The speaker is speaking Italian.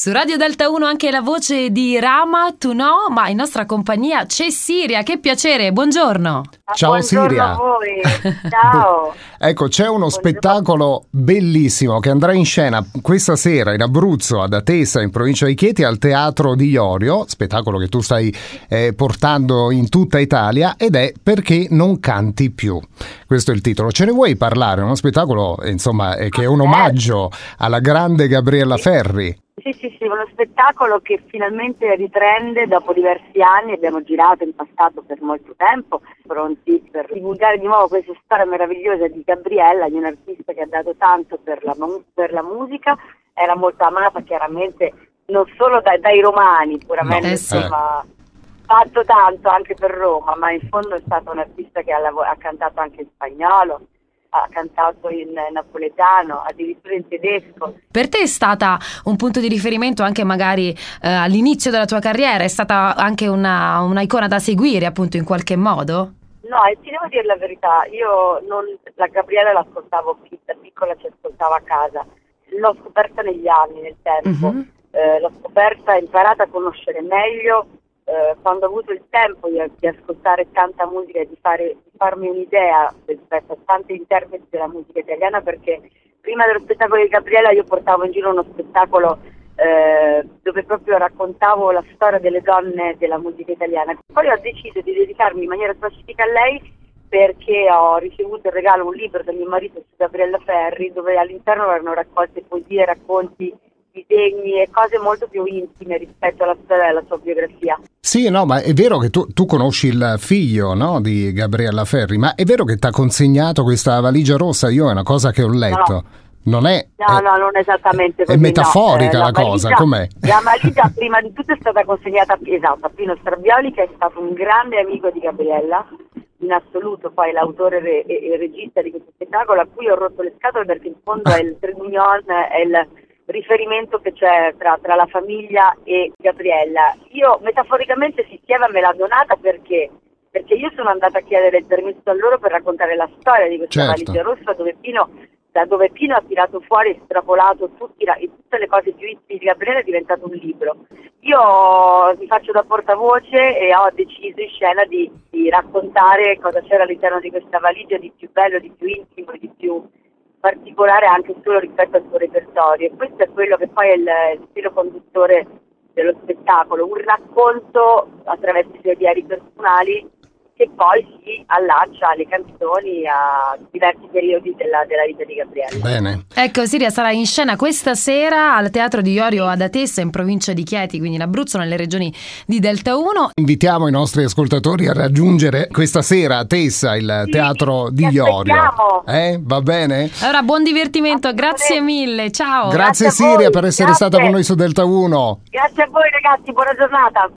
Su Radio Delta 1 anche la voce di Rama, tu no, ma in nostra compagnia c'è Siria, che piacere, buongiorno. Ciao Buongiorno Siria. a voi. Ciao. Ecco, c'è uno spettacolo bellissimo che andrà in scena questa sera in Abruzzo, ad Atessa, in provincia di Chieti, al Teatro di Iorio, spettacolo che tu stai portando in tutta Italia, ed è Perché non canti più. Questo è il titolo. Ce ne vuoi parlare? Uno spettacolo, insomma, che è un omaggio alla grande Gabriella Ferri. Sì, uno spettacolo che finalmente riprende dopo diversi anni. Abbiamo girato in passato per molto tempo, pronti per divulgare di nuovo questa storia meravigliosa di Gabriella, di un artista che ha dato tanto per la musica. Era molto amata chiaramente non solo dai romani, puramente insomma, fatto tanto anche per Roma, ma in fondo è stata un artista che ha cantato anche in spagnolo, ha cantato in napoletano, addirittura in tedesco. Per te è stata un punto di riferimento anche magari all'inizio della tua carriera? È stata anche una icona da seguire, appunto, in qualche modo? No, e ti devo dire la verità, io la Gabriella l'ascoltavo da piccola, ci ascoltava a casa. L'ho scoperta negli anni, nel tempo. L'ho scoperta, imparata a conoscere meglio quando ho avuto il tempo di ascoltare tanta musica e di farmi un'idea rispetto a tanti interpreti della musica italiana, perché prima dello spettacolo di Gabriella io portavo in giro uno spettacolo dove proprio raccontavo la storia delle donne della musica italiana. Poi ho deciso di dedicarmi in maniera specifica a lei perché ho ricevuto in regalo un libro da mio marito su Gabriella Ferri, dove all'interno erano raccolte poesie, racconti, disegni e cose molto più intime rispetto alla storia della sua biografia. Sì, no, ma è vero che tu conosci il figlio, no, di Gabriella Ferri, ma è vero che ti ha consegnato questa valigia rossa? Io è una cosa che ho letto. No. Non è... No, non esattamente così. È metaforica no. la cosa, com'è? La valigia prima di tutto è stata consegnata a Pino Strabioli, che è stato un grande amico di Gabriella, in assoluto poi l'autore e regista di questo spettacolo, a cui ho rotto le scatole perché in fondo è il trade union, è il riferimento che c'è tra la famiglia e Gabriella. Io metaforicamente Sistieva me l'ha donata perché io sono andata a chiedere il permesso a loro per raccontare la storia di questa valigia rossa, da dove Pino ha tirato fuori e estrapolato tutte le cose più intime di Gabriella. È diventato un libro. Io mi faccio da portavoce e ho deciso in scena di raccontare cosa c'era all'interno di questa valigia di più bello, di più intimo, di più particolare anche solo rispetto al suo repertorio. E questo è quello che poi è il filo conduttore dello spettacolo, un racconto attraverso i suoi diari personali che poi si allaccia alle canzoni, a diversi periodi della vita di Gabriella. Bene. Ecco, Siria sarà in scena questa sera al Teatro di Iorio ad Atessa, in provincia di Chieti, quindi in Abruzzo, nelle regioni di Delta 1. Invitiamo i nostri ascoltatori a raggiungere questa sera a Atessa il Teatro di Iorio. Va bene? Allora, buon divertimento, grazie mille, ciao. Grazie Siria per essere stata con noi su Delta 1. Grazie a voi ragazzi, buona giornata.